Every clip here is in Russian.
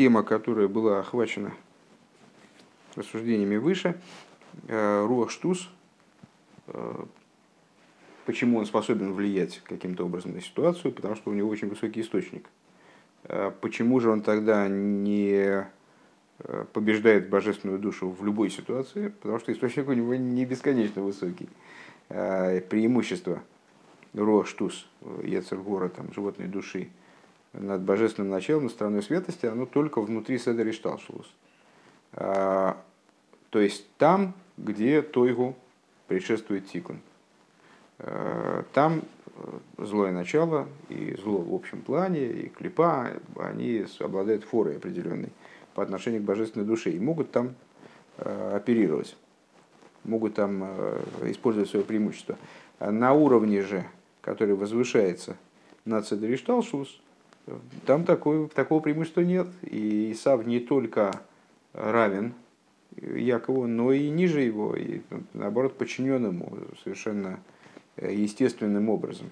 тема, которая была охвачена рассуждениями выше, руах штус, почему он способен влиять каким-то образом на ситуацию, потому что у него очень высокий источник. Почему же он тогда не побеждает божественную душу в любой ситуации? Потому что источник у него не бесконечно высокий. Преимущество руах штус, йецер гора, там, животной души, над божественным началом, над стороной светости, оно только внутри седер и шталшус. То есть там, где тойгу предшествует тикун. Там злое начало и зло в общем плане, и клипа, они обладают форой определенной по отношению к божественной душе и могут там оперировать, могут там использовать свое преимущество. На уровне же, который возвышается над седер и шталшус, там такого преимущества нет. И Исав не только равен Якову, но и ниже его, и наоборот подчинен ему совершенно естественным образом.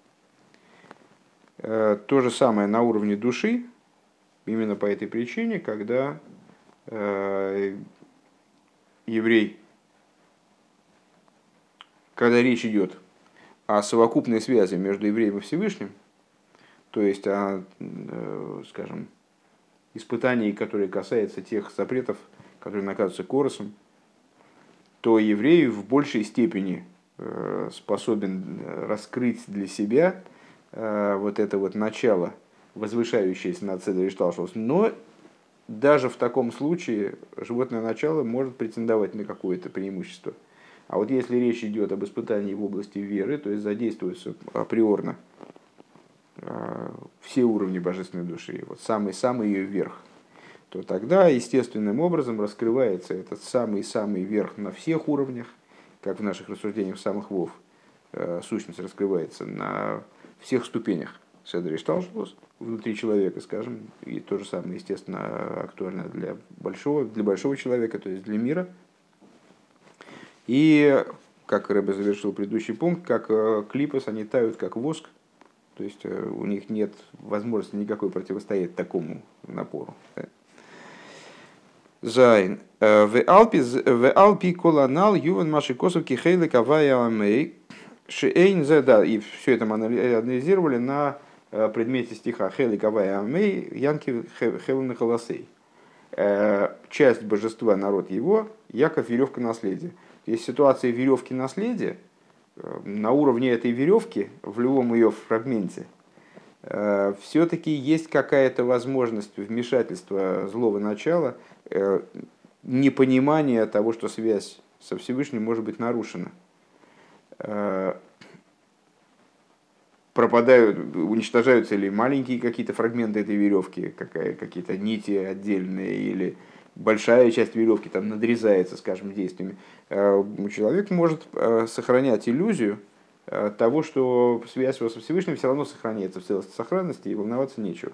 То же самое на уровне души, именно по этой причине, когда еврей, когда речь идет о совокупной связи между евреем и Всевышним, то есть о, скажем, испытании, которые касаются тех запретов, которые наказываются коросом, то еврей в большей степени способен раскрыть для себя вот это вот начало, возвышающееся над седер и шталшус. Но даже в таком случае животное начало может претендовать на какое-то преимущество. А вот если речь идет об испытании в области веры, то есть задействуется априорно все уровни божественной души, вот самый ее верх, то тогда естественным образом раскрывается этот самый верх на всех уровнях, как в наших рассуждениях самых вов, сущность раскрывается на всех ступенях седер и шталшус внутри человека, скажем, и то же самое, естественно, актуально для большого человека, то есть для мира. И, как Ребе завершил предыдущий пункт, как клипос, они тают как воск, то есть у них нет возможности никакой противостоять такому напору. Зайн. В Алпи колонал Юван Машикосов Кихейли Кавая Амей Шейн Зеда. И все это мы анализировали на предмете стиха Хейли Кавая Амей Янки Хелны Холосей. Часть божества, народ его, Яков веревка наследия. Есть ситуация веревки наследия. На уровне этой веревки, в любом ее фрагменте, все-таки есть какая-то возможность вмешательства злого начала, непонимание того, что связь со Всевышним может быть нарушена. Уничтожаются ли маленькие какие-то фрагменты этой веревки, какие-то нити отдельные, или большая часть веревки там надрезается, скажем, действиями. Человек может сохранять иллюзию того, что связь его со Всевышним все равно сохраняется в целости сохранности, и волноваться нечего.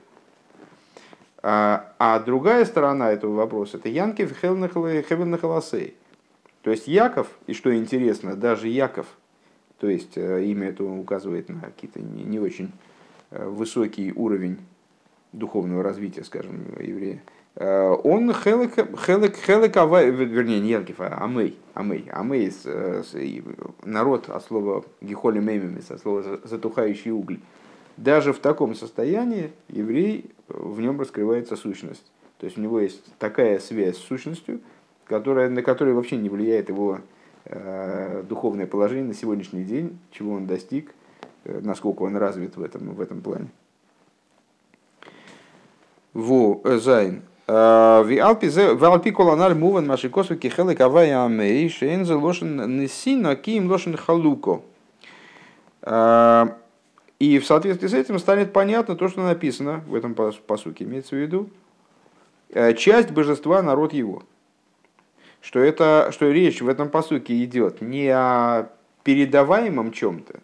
А другая сторона этого вопроса — это Янкев Хевен Холосей. То есть Яков, и что интересно, даже Яков, то есть имя это указывает на какие-то не очень высокий уровень духовного развития, скажем, еврея, он хелек авай, вернее, не Янкев, а Амей, народ от слова гихоли мемимис, от слова затухающий уголь. Даже в таком состоянии еврей, в нем раскрывается сущность. То есть у него есть такая связь с сущностью, на которую вообще не влияет его духовное положение на сегодняшний день, чего он достиг, насколько он развит в этом плане. Зайн. В Алпи колональ муван машикосу кихелы кавая амей шейнзе лошен несина киим лошен халуко. И в соответствии с этим станет понятно то, что написано в этом пасуке. Имеется в виду часть божества, народ его. Что речь в этом пасуке идет не о передаваемом чем-то,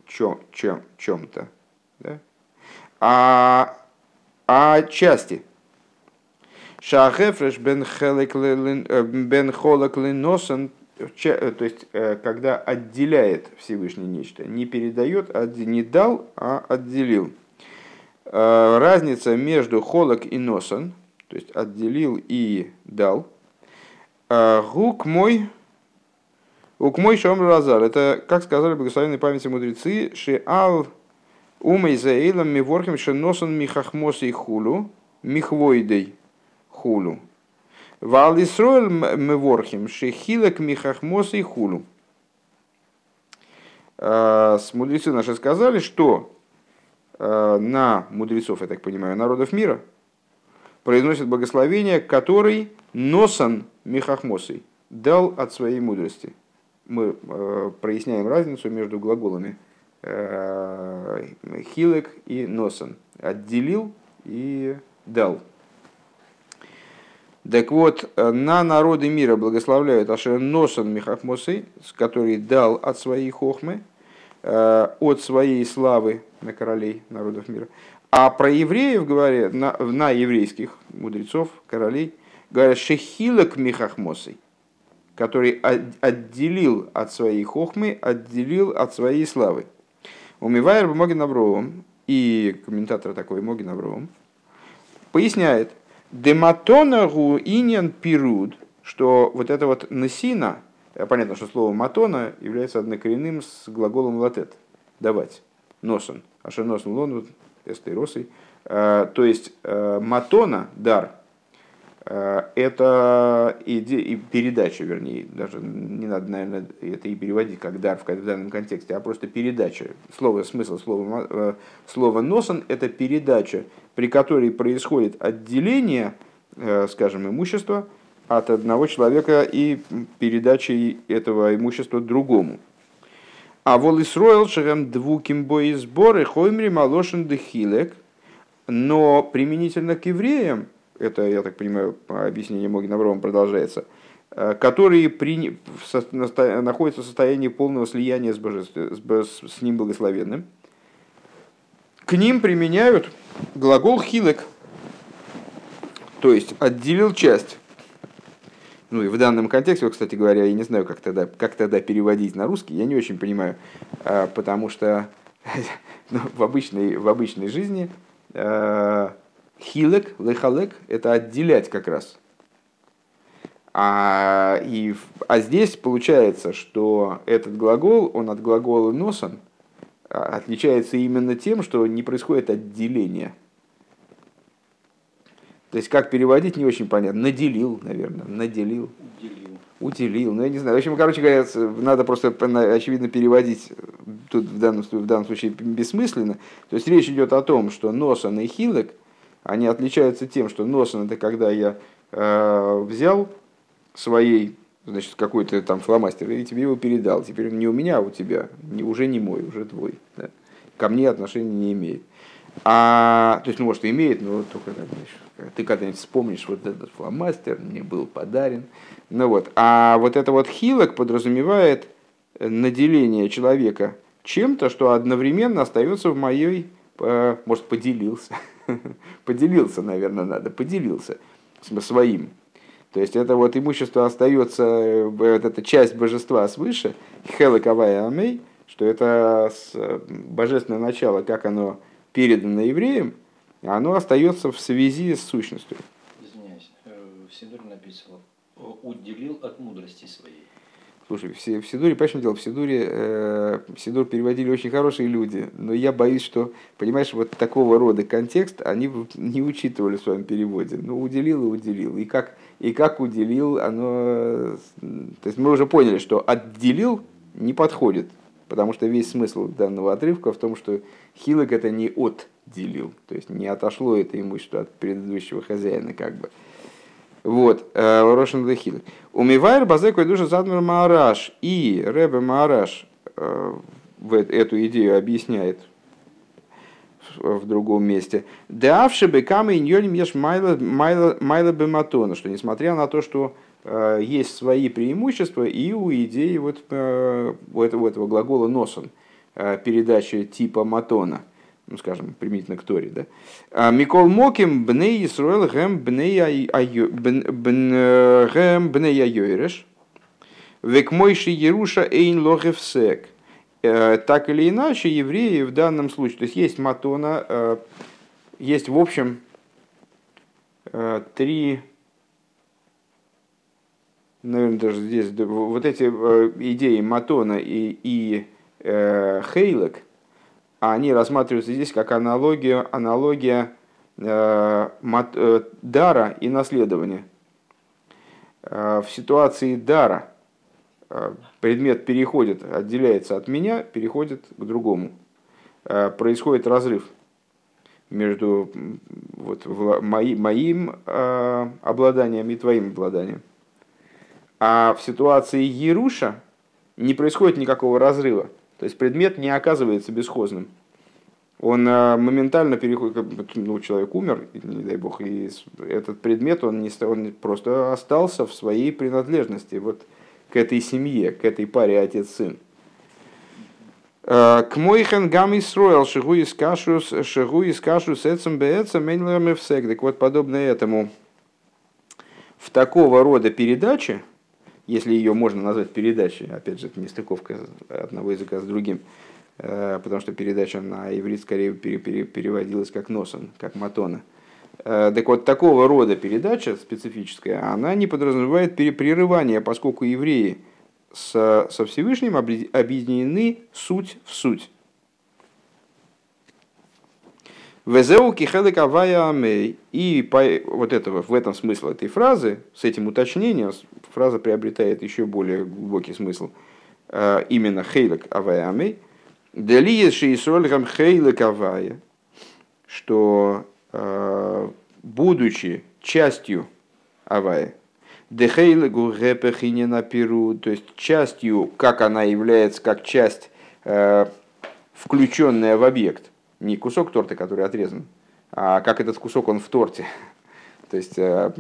да? А о части. Шахефреш бен холок леносен, то есть когда отделяет Всевышний нечто, не передает, не дал, а отделил. Разница между холок и носон, то есть отделил и дал. Гук мой шомр лазар. Это, как сказали благословенной памяти мудрецы, шеал умей заэйлом миворхим шеносон михахмос и хулу, михвойдей хулу. Вал Исроэль миворхим шехилек михахмос и хулу. Мудрецы наши сказали, что на мудрецов, я так понимаю, народов мира произносит благословение, который носан михахмосой дал от своей мудрости. Мы проясняем разницу между глаголами хилек и носан. Отделил и дал. Так вот, на народы мира благословляют ашер носан михахмосой, который дал от своей хохмы, от своей славы на королей народов мира. А про евреев говорят, на еврейских мудрецов, королей, говорят шехилек михахмосой, который отделил от своей хохмы, отделил от своей славы. Умивайр Могин Авроам, и комментатор такой Могин Авроам, поясняет, дематонагу иньян пируд, что вот это вот насина, понятно, что слово матона является однокоренным с глаголом латет, давать, носон, ашер носон лон, эстеросой, то есть матона, дар, это и передача, вернее, даже не надо, наверное, это и переводить как дар в данном контексте, а просто передача. Смысл слова «носон» — это передача, при которой происходит отделение, скажем, имущества от одного человека и передача этого имущества другому. А вол Исроэл шерем двуким бои сборы хоймри малошен дехилек, но применительно к евреям, это, я так понимаю, объяснение Могин Авроам продолжается, которые находятся в состоянии полного слияния с ним благословенным, к ним применяют глагол хилек, то есть отделил часть. Ну и в данном контексте, кстати говоря, я не знаю, как тогда переводить на русский, я не очень понимаю, потому что в обычной жизни хилек, лехалек — это отделять как раз. А здесь получается, что этот глагол, он от глагола носан отличается именно тем, что не происходит отделение. То есть, как переводить, не очень понятно. Наделил, наверное, наделил. Уделил. Ну, я не знаю. В общем, короче говоря, надо просто, очевидно, переводить тут в данном случае бессмысленно. То есть, речь идет о том, что носан и хилек, они отличаются тем, что носан — это когда я взял своей, значит, какой-то там фломастер и тебе его передал. Теперь он не у меня, а у тебя. Уже не мой, уже твой. Да? Ко мне отношения не имеет. То есть, ну, может, и имеет, но только ты когда-нибудь вспомнишь, вот этот фломастер мне был подарен. Ну, вот. А вот это вот хилок подразумевает наделение человека чем-то, что одновременно остается в моей, может, поделился. Поделился, наверное, надо, поделился своим. То есть это вот имущество остается, вот эта часть божества свыше, хелакавая амей, что это божественное начало, как оно передано евреям, оно остается в связи с сущностью. Извиняюсь, в Сидуре написано «уделил от мудрости своей». Слушай, в Сидуре, понимаешь, дело, в Сидур переводили очень хорошие люди, но я боюсь, что, понимаешь, вот такого рода контекст они не учитывали в своем переводе. Ну, уделил и уделил. И как уделил, оно... То есть мы уже поняли, что отделил не подходит, потому что весь смысл данного отрывка в том, что хилок — это не отделил, то есть не отошло это имущество от предыдущего хозяина, как бы. Вот, Рошен Лехилек. Умивайр базекой душа задмер Маараш. И Ребе Маараш эту идею объясняет в другом месте. Деавши бекамы иньоним еш майла бематона. Что несмотря на то, что есть свои преимущества и у идеи вот у этого глагола носон, передачи типа матона, ну, скажем, применительно к Торе, да. Микол Моким бней Исруэл гэм бней айойреш, век мойши Еруша эйн лохевсек. Так или иначе, евреи в данном случае, то есть есть матона, есть в общем три, наверное, даже здесь, вот эти идеи Матона и Хейлек, они рассматриваются здесь как аналогия дара и наследования. В ситуации дара предмет переходит, отделяется от меня, переходит к другому. Происходит разрыв между вот, моим обладанием и твоим обладанием. А в ситуации Еруша не происходит никакого разрыва. То есть предмет не оказывается бесхозным. Он моментально переходит, человек умер, не дай бог, и этот предмет, он просто остался в своей принадлежности вот к этой семье, к этой паре отец-сын. К мойхен гам Исроэл шигу из кашу с эцем бээцем мэнлэм эфсек. Так вот, подобно этому, в такого рода передаче, если ее можно назвать передачей, опять же, это не стыковка одного языка с другим, потому что передача на иврит скорее переводилась как носон, как матона. Так вот, такого рода передача специфическая, она не подразумевает прерывание, поскольку евреи со Всевышним объединены суть в суть. Везеу кихелек авая амей. И вот этого, в этом смысл этой фразы, с этим уточнением, фраза приобретает еще более глубокий смысл. Именно хейлек авая амей. Делиеши исрольгам хейлек авая. Что, будучи частью авая, дехейлегу гэпэхине на перу, то есть частью, как она является, как часть, включенная в объект. Не кусок торта, который отрезан, а как этот кусок, он в торте. То есть в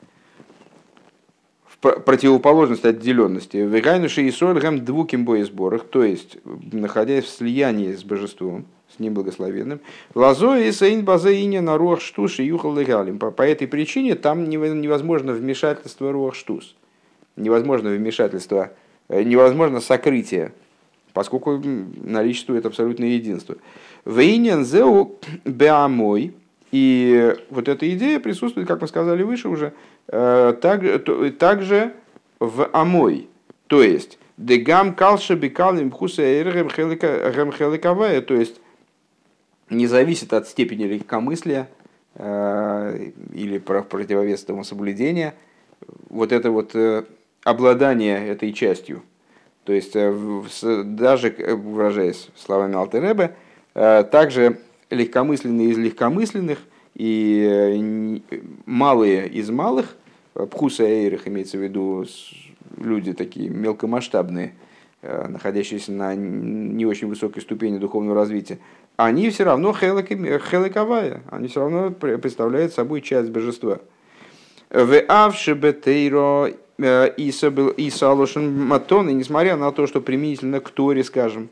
противоположность отделенности. Вегайнуши и сольгам двуким боесборах, то есть находясь в слиянии с божеством, с ним благословенным. Лазо и сейн базаине на руах штус и юхал легалим. По этой причине там невозможно вмешательство руах штус. Невозможно вмешательство, невозможно сокрытие, поскольку наличествует абсолютное единство. Вейнен зеу беамой. И вот эта идея присутствует, как мы сказали выше уже, также в амой. То есть, дегам калша бекалим хуса эргем хеликовая, то есть, не зависит от степени легкомыслия или противовесного соблюдения, вот это вот обладание этой частью. То есть, даже, выражаясь словами Алтер Ребе, также легкомысленные из легкомысленных и малые из малых, пхуса эйрах имеется в виду люди такие мелкомасштабные, находящиеся на не очень высокой ступени духовного развития, они все равно хелекавая, они все равно представляют собой часть божества. В авшебетейро и салошен матон, и несмотря на то, что применительно к Торе, скажем,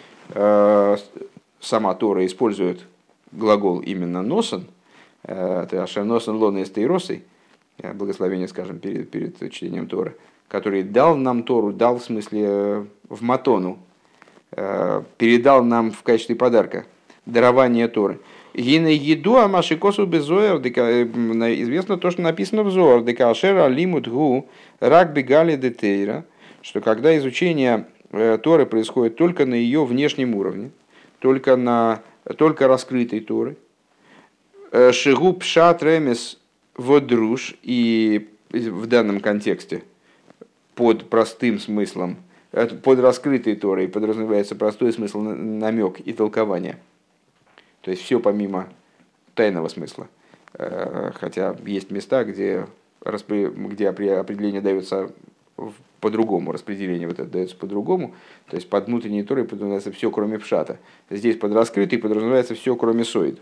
сама Тора использует глагол именно носон, это носон лона эстейросой, благословение, скажем, перед чтением Торы, который дал нам Тору, дал в смысле в матону, передал нам в качестве подарка дарование Торы. Гине еду амашикосу безоер, известно то, что написано в Зоар, декашера лимут гу рак бегали детейра, что когда изучение Торы происходит только на ее внешнем уровне, только раскрытой Торы, шигу пшат ремес водруш, и в данном контексте под простым смыслом, под раскрытой Торой подразумевается простой смысл, намек и толкование. То есть все помимо тайного смысла. Хотя есть места, где определение дается по-другому, распределение вот это дается по-другому. То есть под внутренней Торой подразумевается все, кроме пшата. Здесь под раскрытой подразумевается все, кроме соид.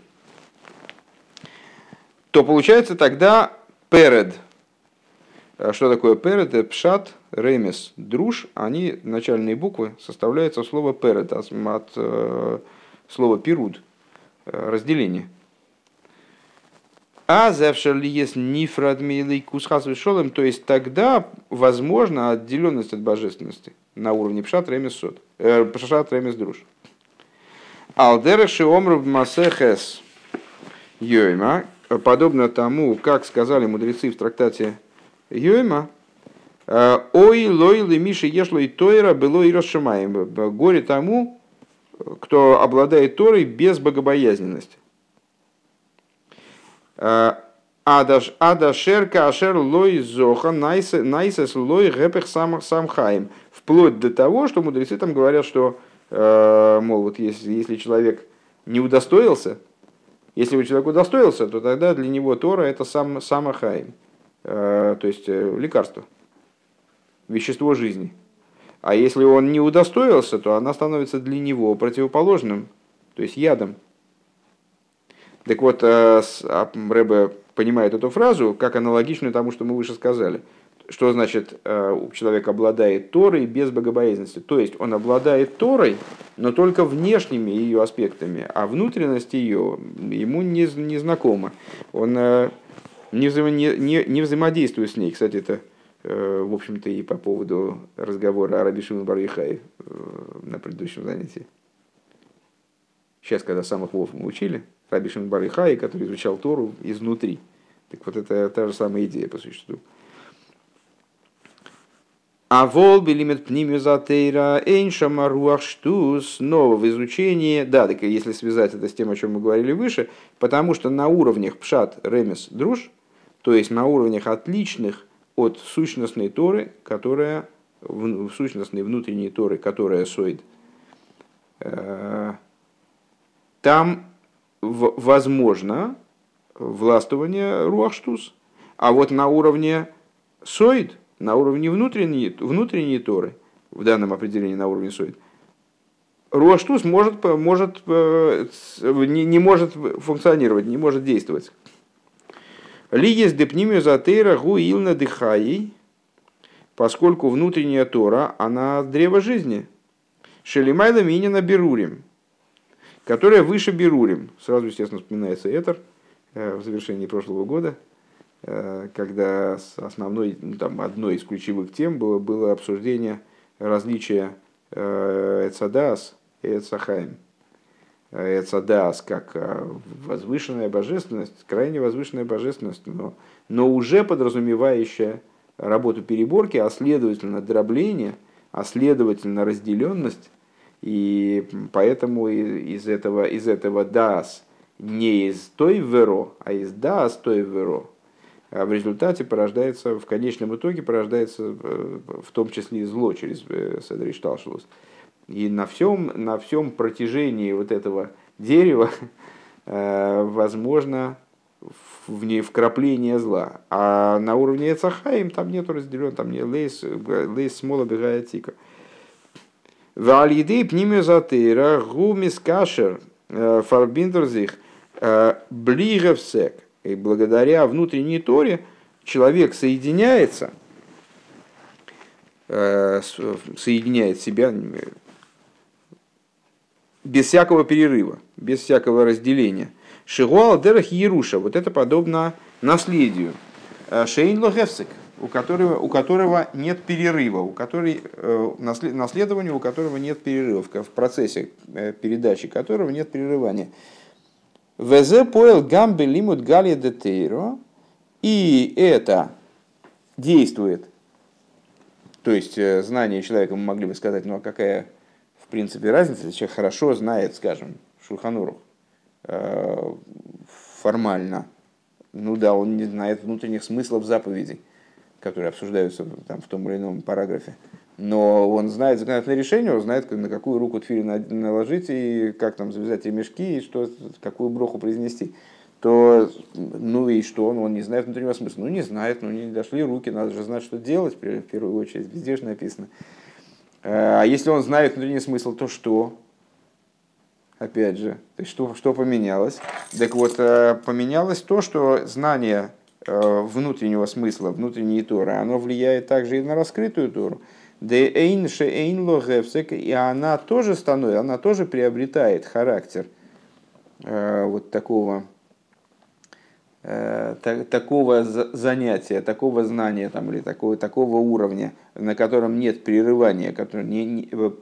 То получается тогда перед. Что такое перед? Пшат, ремес, друж. Они, начальные буквы, составляются слово перед, от слова пируд, разделение. А завшали есть нифрад милый кусхас вишолем, то есть тогда возможна отделенность от божественности на уровне пшат, ремес, сот, пшат, ремес, друж. Алдераши омруб масехес йойма подобно тому, как сказали мудрецы в трактате Йойма, «Ой, лой, лемиши, ешло и тойра, было и расшимаем». Горе тому, кто обладает Торой без богобоязненности. Ада шерка ашер лой зоха найсес лой гэпэх самхаим. Вплоть до того, что мудрецы там говорят, что, мол, вот если человек не удостоился, если человек удостоился, то тогда для него Тора это самахаим, то есть лекарство, вещество жизни. А если он не удостоился, то она становится для него противоположным, то есть ядом. Так вот, Рэбе понимает эту фразу как аналогичную тому, что мы выше сказали. Что значит, человек обладает Торой без богобоязненности? То есть он обладает Торой, но только внешними ее аспектами, а внутренность ее ему не знакома. Он не взаимодействует с ней. Кстати, это, в общем-то, и по поводу разговора о Раби Шимоне бар Йохае на предыдущем занятии. Сейчас, когда самых вов мы учили, Раби Шимон бар Йохай, который изучал Тору изнутри. Так вот, это та же самая идея по существу. А вол билимет пнимюзатейра эйншама руах штус, но в изучении, да, так если связать это с тем, о чем мы говорили выше, потому что на уровнях пшат, ремес, друж, то есть на уровнях отличных от сущностной Торы, которая, в сущностной внутренней Торы, которая соид, там возможно властвование руах штус. А вот на уровне соид, на уровне внутренней Торы, в данном определении на уровне соид, руах штус не может функционировать, не может действовать. Лиес депнимию затейра гу илна дыхаей, поскольку внутренняя Тора, она древо жизни. Шелимайла минина берурим, которая выше берурим. Сразу, естественно, вспоминается Этер в завершении прошлого года, когда основной, одной из ключевых тем было обсуждение различия Эцадаас и Эцахаим. Эцадаас как возвышенная божественность, крайне возвышенная божественность, но уже подразумевающая работу переборки, а следовательно дробление, а следовательно разделенность. И поэтому из этого даас не из той веро, а из даас той веро. А в результате порождается, в конечном итоге порождается в том числе и зло через Седер Ишталшелус. И на всем протяжении вот этого дерева возможно вкрапление зла. А на уровне Эцахаим там нету разделен, там не лейс смола бегает тика. Валидей пнимезатыра гумис кашер фарбиндерзих блигевсек. И благодаря внутренней Торе человек соединяет себя без всякого перерыва, без всякого разделения. Шигуал дерах Еруша, вот это подобно наследию. Шейн лохевсек, у которого нет перерыва, наследование, у которого нет перерыва, в процессе передачи которого нет прерывания. Везе поэл гамбе лимут гали детейро, и это действует, то есть знание человека, мы могли бы сказать, ну а какая в принципе разница, если человек хорошо знает, скажем, Шулхан Арух формально, ну да, он не знает внутренних смыслов заповедей, которые обсуждаются там, в том или ином параграфе, но он знает законодательное решение, он знает, на какую руку тфилин наложить, и как там завязать ремешки, и какую броху произнести. То, ну и что, он не знает внутреннего смысла. Ну не знает, не дошли руки, надо же знать, что делать, в первую очередь, везде же написано. А если он знает внутренний смысл, то что? Опять же, то есть что поменялось? Так вот, поменялось то, что знание внутреннего смысла, внутренней Торы, оно влияет также и на раскрытую Тору. И она тоже становится, она тоже приобретает характер вот такого занятия, такого знания там, или такого уровня, на котором нет прерывания,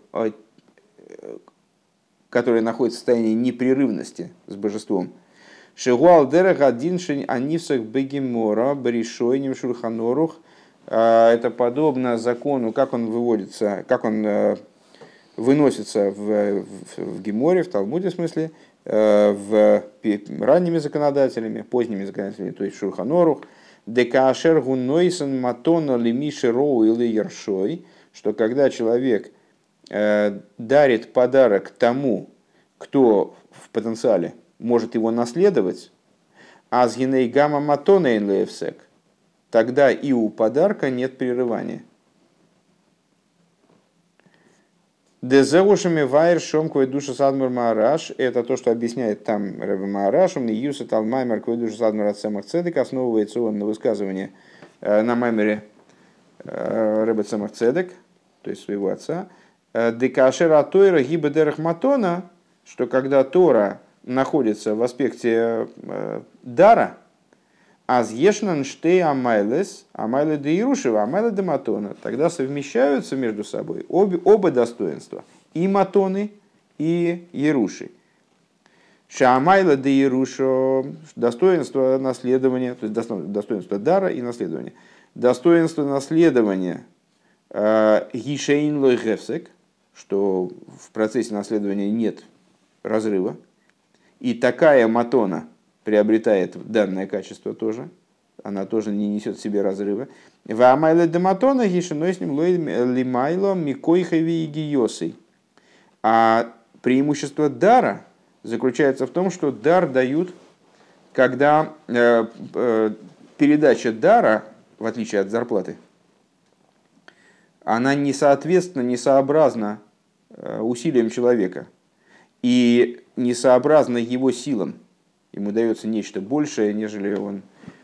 который находится в состоянии непрерывности с божеством. Шигуал дерех один шень анивсах бегемора баришойним шурханорух. Это подобно закону, как он выводится, как он выносится в Геморе, в Талмуде, в смысле, ранними законодателями, поздними законодателями, то есть Шурханорух, декашер гунойсен матона лимиши роу или ершой, что когда человек дарит подарок тому, кто в потенциале может его наследовать, а с гиней гамма матона инлеевсек, тогда и у подарка нет прерывания. Дезеушами вайр шомквой душа садмур маараш. Это то, что объясняет там Ребе Маараш. Он юсет алмаймер квой душа садмур от самых цедек. Основывается он на высказывании на маймере Ребе Цемах Цедек, то есть своего отца. Декашера Тойра гиба дерах матона, что когда Тора находится в аспекте дара, азъешнан штей амайлес, амайле де Ирушева, амайле де Матона. Тогда совмещаются между собой оба достоинства. И Матоны, и Еруши. Шаамайле де Ирушо, достоинство наследования, то есть достоинство дара и наследования. Достоинство наследования гишейн лой гефсек, что в процессе наследования нет разрыва. И такая Матона приобретает данное качество тоже, она тоже не несет в себе разрыва. А преимущество дара заключается в том, что дар дают, когда передача дара, в отличие от зарплаты, она не сообразна усилиям человека и несообразна его силам. Ему дается нечто большее, нежели он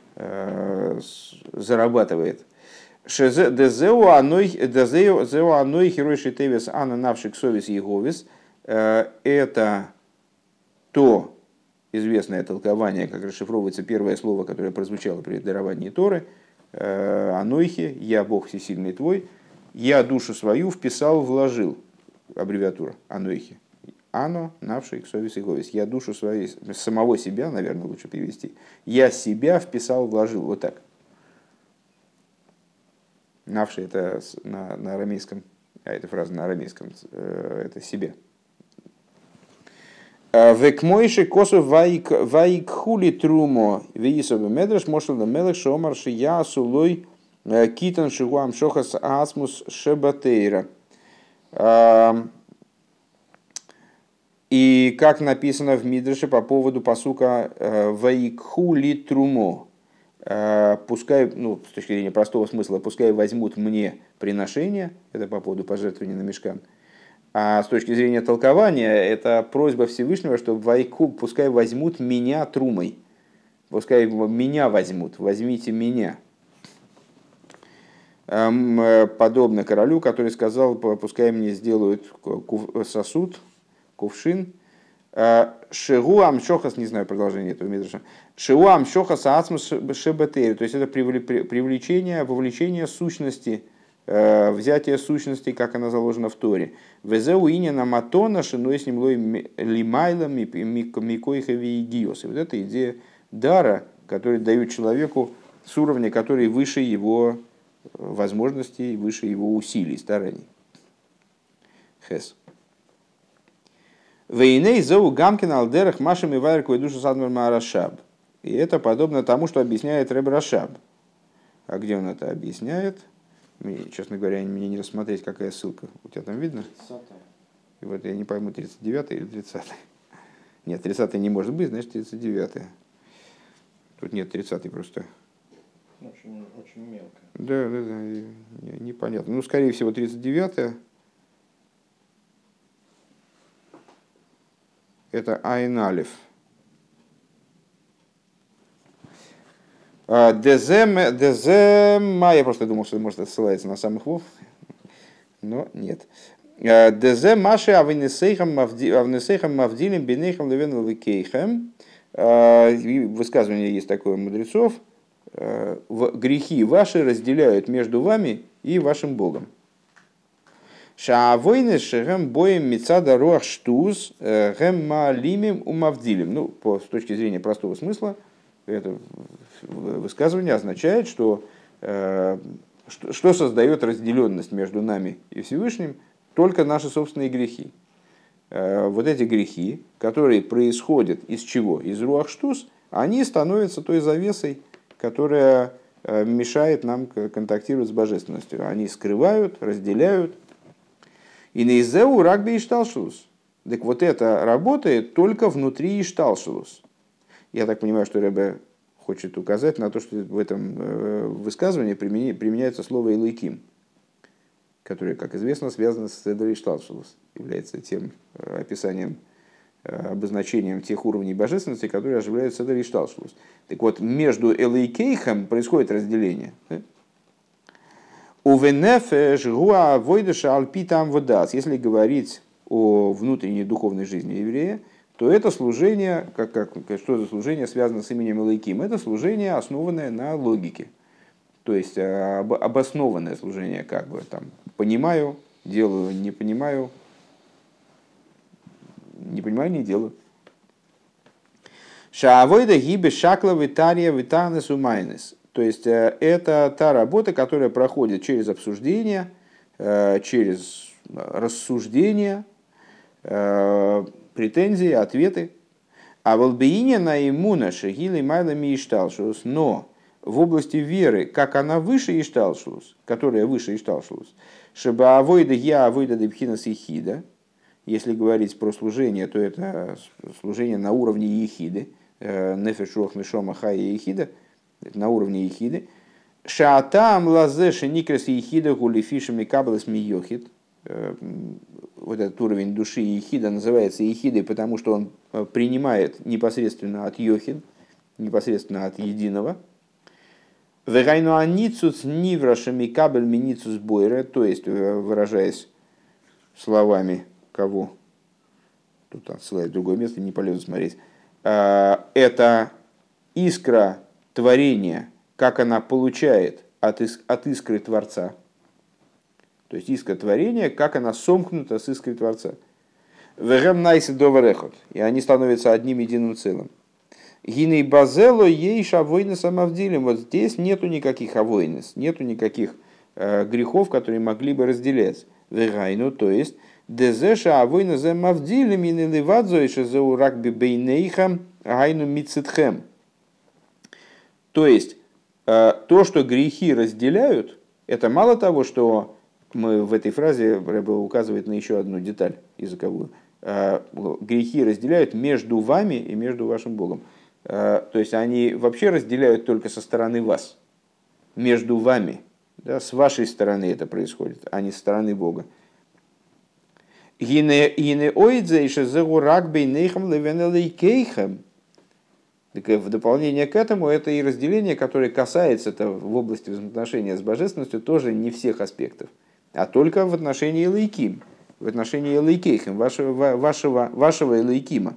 зарабатывает. Дезеу аной херой шитевис ана навшик совис еговис. Это то известное толкование, как расшифровывается первое слово, которое прозвучало при даровании Торы. Анойхи, я Бог всесильный твой, я душу свою вписал, вложил. Аббревиатура Анойхи. Ано, навший, совесть и говес. Я душу свою, самого себя, наверное, лучше перевести. Я себя вписал, вложил. Вот так. Навший это на арамейском, а эта фраза на арамейском, это себе. Векмойши косу вайкхули трумо веисовы медреш мошел на мелech шомар шия сулой китан шигуам шохас асмус шебатейра. И как написано в Мидреше по поводу пасука «Ваикхули трумо», пускай, ну, с точки зрения простого смысла, пускай возьмут мне приношение, это по поводу пожертвования на мишкан, а с точки зрения толкования, это просьба Всевышнего, чтобы вайку, пускай возьмут меня трумой, пускай меня возьмут, возьмите меня. Подобно королю, который сказал, пускай мне сделают сосуд, кувшин, шигу амшохас, не знаю продолжение этого мидраша, шигу амшохас ацмус шебетейр, то есть это привлечение, вовлечение сущности, взятие сущности, как она заложена в Торе. Везеу инина матона шиной с ним лой лимайла микойхави игиос. И вот эта идея дара, который дают человеку с уровня, который выше его возможностей, выше его усилий, стараний. Хес. Вейней зоу гамкин алдерах машами вайрку и душу садмар маарашаб. И это подобно тому, что объясняет Реб Рашаб. А где он это объясняет? Мне, честно говоря, мне не рассмотреть, какая ссылка. У тебя там видно? 30-е. И вот я не пойму, 39-й или 30-й. Нет, 30-й не может быть, значит 39-й. Тут нет 30-й просто. Очень, очень мелко. Да, непонятно. Ну, скорее всего, 39-я. Это Айн Алиф. Дезем, я просто думал, что может это ссылается на самых вов, но нет. Дезем Маши Авнесейхам Мавдилем Бенейхам Левен Ликейхам. Высказывание есть такое у мудрецов. Грехи ваши разделяют между вами и вашим Богом. Шаавойны шехем боем мецада руах штуз гэм маалимим умавдилим. Ну, с точки зрения простого смысла, это высказывание означает, что создает разделенность между нами и Всевышним? Только наши собственные грехи. Вот эти грехи, которые происходят из чего? Из руах штуз, они становятся той завесой, которая мешает нам контактировать с божественностью. Они скрывают, разделяют. И нейзеу рагби ишталшус. Так вот это работает только внутри ишталшус. Я так понимаю, что Ребе хочет указать на то, что в этом высказывании применяется слово «элейким», которое, как известно, связано с седер ишталшус, является тем описанием, обозначением тех уровней божественности, которые оживляют седер ишталшус. Так вот, между элейкейхом происходит разделение. Если говорить о внутренней духовной жизни еврея, то это служение, что за служение связано с именем Элейким? Это служение, основанное на логике. То есть обоснованное служение, как бы там понимаю, делаю, не понимаю, не делаю. Шаавойда гибе шакла витария витанес умайнес. То есть это та работа, которая проходит через обсуждение, через рассуждение, претензии, ответы. А в албиине на иммуна шагили майлами ишталшус. Но в области веры, как она выше ишталшус, которая выше ишталшус, чтобы авойда я авойда дебхинас ехида. Если говорить про служение, то это служение на уровне ехиды, нефешох мишома хая ехида, на уровне ехиды. Шаатам лазе шеникрес ехида гулифишами каблас миохид. Вот этот уровень души ехида называется ехидой, потому что он принимает непосредственно от йохид, непосредственно от единого. Вегайну аницус ниврашами кабель миницус бойре, то есть, выражаясь словами кого? Тут отсылает в другое место, не полезно смотреть. Это искра творения, как она получает от искры Творца. То есть искра творения, как она сомкнута с искрой Творца. И они становятся одним единым целым. Гиней базело ей шавойнес амавдилем. Вот здесь нету никаких авойнес, нету никаких грехов, которые могли бы разделять. Вегайну, то есть дезеша авойнес амавдилем и неливадзоиша заурак бибейнейхам гайну мицитхем. То есть то, что грехи разделяют, это мало того, что мы в этой фразе Ребе указывает на еще одну деталь языковую. Грехи разделяют между вами и между вашим Богом. То есть они вообще разделяют только со стороны вас, между вами. Да, с вашей стороны это происходит, а не со стороны Бога. Так в дополнение к этому, это и разделение, которое касается в области взаимоотношения с божественностью, тоже не всех аспектов, а только в отношении Элейким, в отношении Элейкейхем, вашего Элейкима.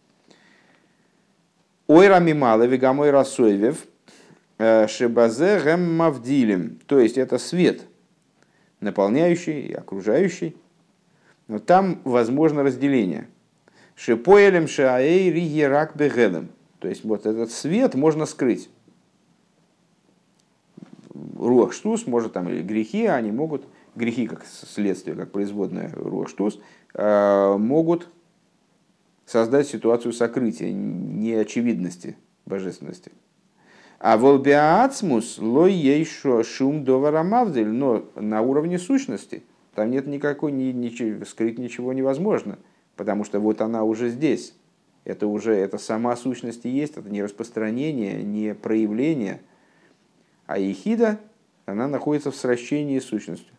Ойра мимала вегамой расойвев шебазе гэм мавдилем. То есть это свет, наполняющий и окружающий. Но там возможно разделение. Шепоэлем шаэй риерак бегедем. То есть вот этот свет можно скрыть. Руах штус может там, или грехи, они могут, грехи как следствие, как производная руах штус, могут создать ситуацию сокрытия, неочевидности божественности. А волбиацмус лой ей шум доварамавдель, но на уровне сущности там нет никакой, скрыть ничего невозможно, потому что вот она уже здесь. Это сама сущность и есть, это не распространение, не проявление. А ехида, она находится в сращении с сущностью.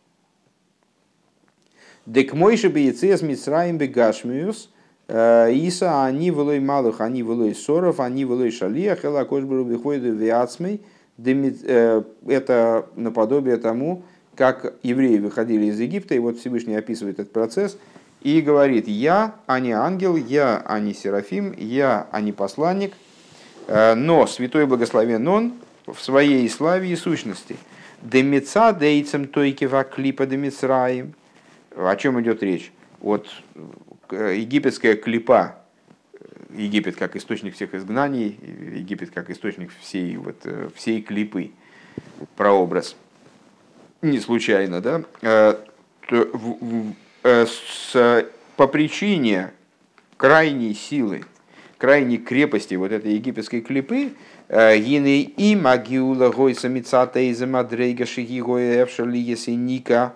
Дек мойши бейцес мицраим бегашмиус, Иса, они вылой малых, они вылой соров, они вылой шалиях, эла кошбру выходит виацмей. Это наподобие тому, как евреи выходили из Египта, и вот Всевышний описывает этот процесс и говорит: я, а не ангел, я, а не серафим, я, а не посланник, но святой благословен он в своей славе и сущности. Демица дейцем тойкива клипа демицраим. О чем идет речь? Вот египетская клипа, Египет как источник всех изгнаний, Египет как источник всей клипы, прообраз, не случайно, да? По причине крайней силы, крайней крепости вот этой египетской клипы, гины и магиула гойса мицата из мадрейга шиги гоя эвшали есеника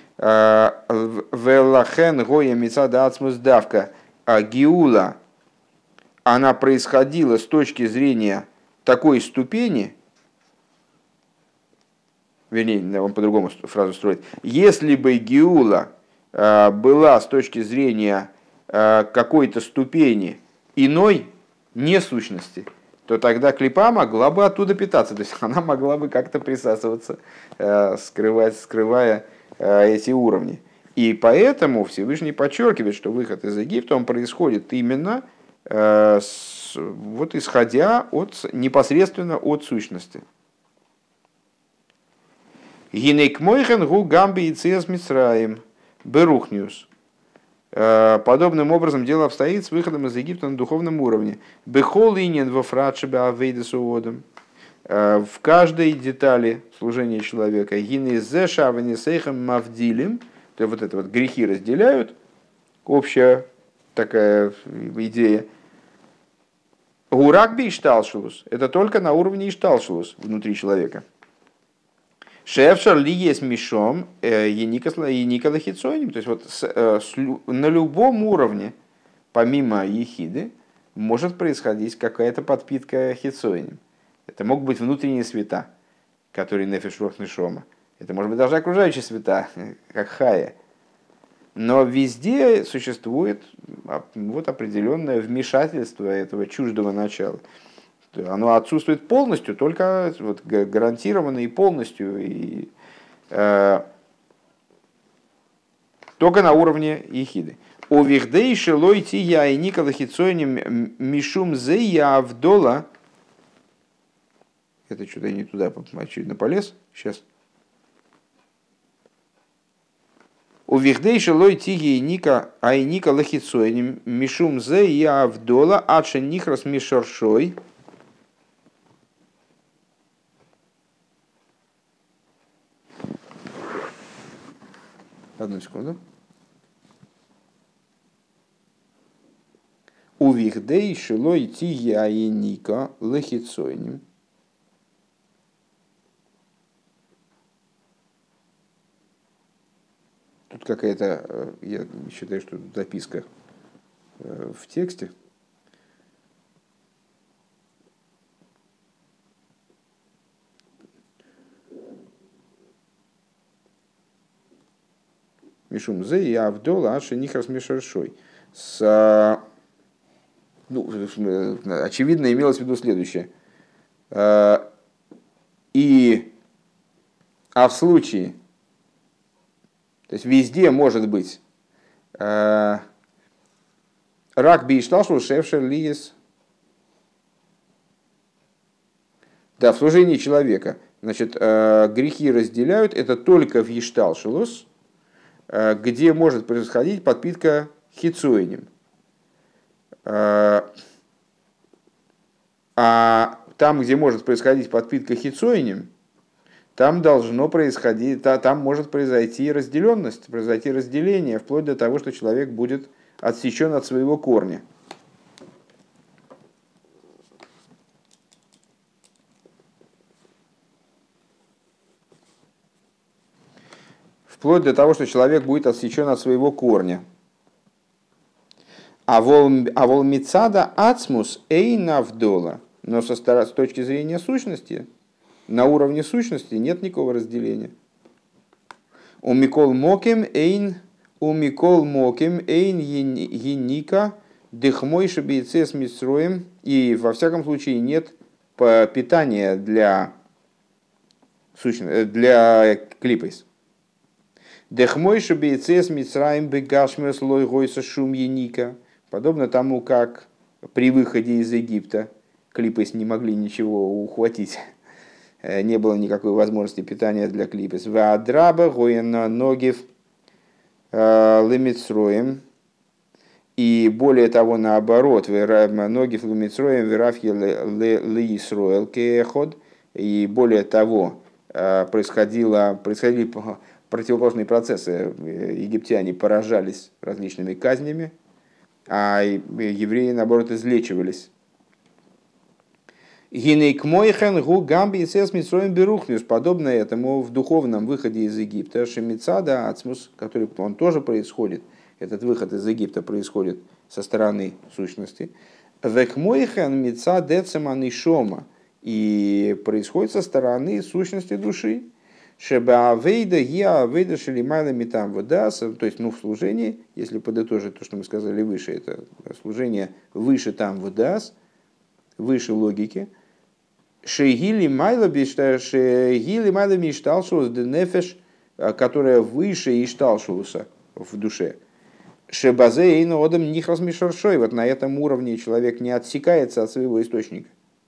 велахен гоя мицада ацмус давка гиула, она происходила с точки зрения такой ступени, вернее, он по-другому фразу строит, если бы гиула была с точки зрения какой-то ступени иной, не сущности, то тогда клипа могла бы оттуда питаться, то есть она могла бы как-то присасываться, скрывая эти уровни. И поэтому Всевышний подчеркивает, что выход из Египта он происходит именно вот исходя непосредственно от сущности. Гинейк мойхен гу гамби и циас мицраим берухниус. Подобным образом дело обстоит с выходом из Египта на духовном уровне. Бехол инин во фратшебе авейдесуодом. В каждой детали служения человека. Гиней зе шавани сейхам мавдилим. То есть вот это вот грехи разделяют. Общая такая идея. Гурак би ишталшулус. Это только на уровне ишталшулус внутри человека. Шефшар ли есть мишом еника лахицойним. То есть вот на любом уровне, помимо ехиды, может происходить какая-то подпитка хицойним. Это могут быть внутренние света, которые нефеш рох нишома. Это может быть даже окружающие света, как хая. Но везде существует вот определенное вмешательство этого чуждого начала. Оно отсутствует полностью, только вот гарантированно и полностью, и, только на уровне ехиды. У вихдей шелой тия и никола хитсойним мишум зея авдола. Это что-то я не туда, очевидно, полез. Сейчас. У вихдей шелой тия и ника айника лахитсойним мишум зея авдола адше нихрас мишаршой. Одну секунду. У вихдей шилой тия и ника лахицойним. Тут какая-то, я считаю, что записка в тексте. Мишум зе и авдола аши нихрас мишаршой. Очевидно, имелось в виду следующее. В случае, то есть везде может быть рак бишталшул шефшер лиес. Да, в служении человека. Значит, грехи разделяют, это только в Ишталшилус, где может происходить подпитка хицуэнем. А там, где может происходить подпитка хицуэнем, там должно происходить, там может произойти разделенность, произойти разделение, вплоть до того, что человек будет отсечен от своего корня. Вплоть до того, что человек будет отсечен от своего корня. А волмицада ацмус эйнавдола. Но с точки зрения сущности, на уровне сущности нет никакого разделения. У Микол Моким эйн еника дыхмой шабейце с мисроем. И во всяком случае нет питания для клипейс. Дыхмой шабейце с мисраем бегашмес лой гойса шум еника. Подобно тому, как при выходе из Египта клипейс не могли ничего ухватить. Не было никакой возможности питания для клипес. Ваадраба гоена ногив лемитсроем, и более того, наоборот, ноги в лемитсроем, верафье леисроэл кеход, и более того, происходили противоположные процессы. Египтяне поражались различными казнями, а евреи, наоборот, излечивались. Гинейк мойхен гу гамби и сес митсроем берухнюс, подобно этому в духовном выходе из Египта, шемицада ацмус, который он тоже происходит, этот выход из Египта происходит со стороны сущности. Век мойхен митса децеман и шома, и происходит со стороны сущности души. Шеба авейда я авейда шелимайла митам водас, то есть в служении, если подытожить то, что мы сказали выше, это служение выше там водас, выше логики. Шейгили майла мишталшус денефеш, которая выше ишталшуса в душе. Шебазе и одам них размешаршой. Вот на этом уровне человек не отсекается от своего источника.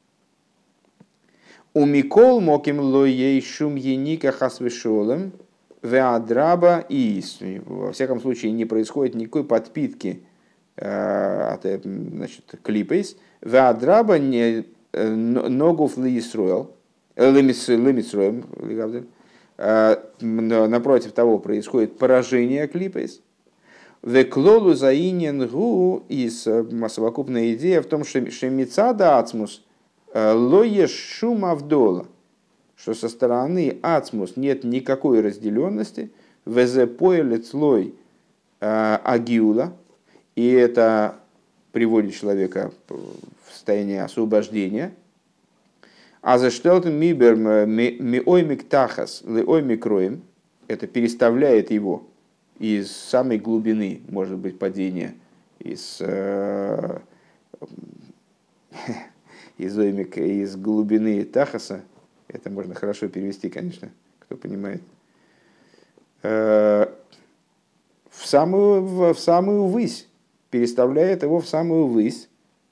У Микол моким лоей шум еника хасвешолем веадраба и во всяком случае не происходит никакой подпитки от клипейс веадраба не ногов лиисроэл лимитсроем, напротив того происходит поражение клипейс. Веклолу заинен гу и совокупная идея в том, что шемицада ацмус лоеш шума вдола, что со стороны ацмус нет никакой разделенности, везепоэлет слой агиула, и это приводит человека в состояние освобождения. А за штелтен мибер миоймик тахас леоймик роем, это переставляет его из самой глубины, может быть, падения, из глубины Тахаса, это можно хорошо перевести, конечно, кто понимает, в самую высь, переставляет его в самую высь.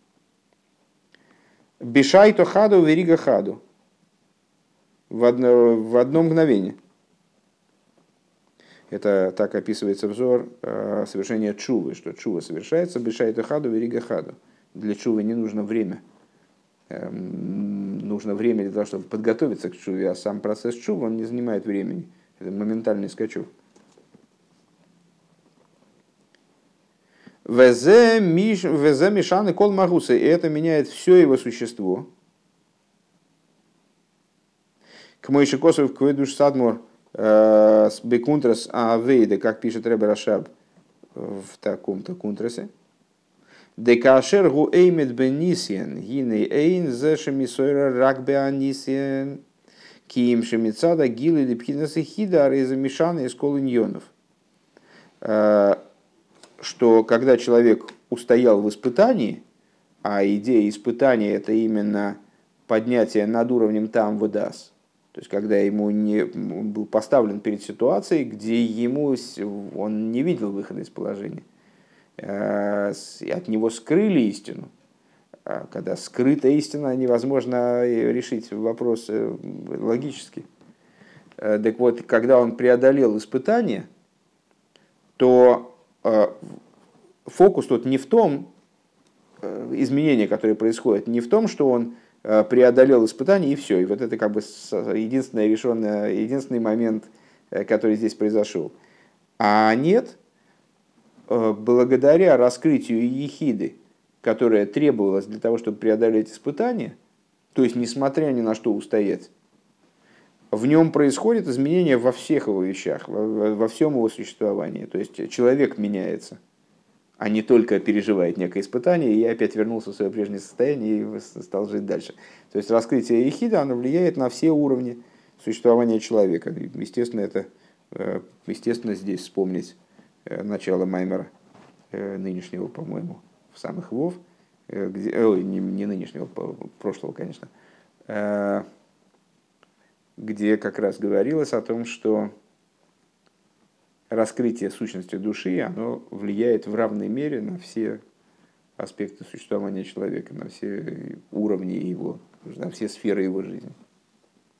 Бишайто хаду верига хаду, в одно мгновение. Это так описывается взор совершения чувы, что чува совершается бишайто хаду верига хаду. Для чувы не нужно время. Нужно время для того, чтобы подготовиться к чуве, а сам процесс чувы, он не занимает времени. Это моментальный скачок. Везе мишаны кол магуса, и это меняет все его существо. К Моише Косов кведуш садмор с бекунтрас авейда, как пишет Ребе Рашаб в таком-то кунтрасе. Декашер гу эймет бенисиен, гиней эйн зешемисойра рак беанисиен, киим шемицада гилы липхинасы хидар из замешаны из колыньонов. Что когда человек устоял в испытании, а идея испытания это именно поднятие над уровнем там выдаст, то есть когда ему он был поставлен перед ситуацией, где он не видел выхода из положения, от него скрыли истину. Когда скрыта истина, невозможно решить вопрос логически. Так вот, когда он преодолел испытание, то фокус тут не в том, изменения, которые происходят, не в том, что он преодолел испытание и все. И вот это как бы единственный момент, который здесь произошел. А нет, благодаря раскрытию ехиды, которая требовалась для того, чтобы преодолеть испытание, то есть несмотря ни на что устоять, в нем происходит изменение во всех его вещах, во всем его существовании. То есть человек меняется, а не только переживает некое испытание и опять вернулся в свое прежнее состояние и стал жить дальше. То есть раскрытие ехида, оно влияет на все уровни существования человека. Естественно, здесь вспомнить начало Маймера, нынешнего, по-моему, в самых Вов, не нынешнего, прошлого, конечно, где как раз говорилось о том, что раскрытие сущности души, оно влияет в равной мере на все аспекты существования человека, на все уровни его, на все сферы его жизни.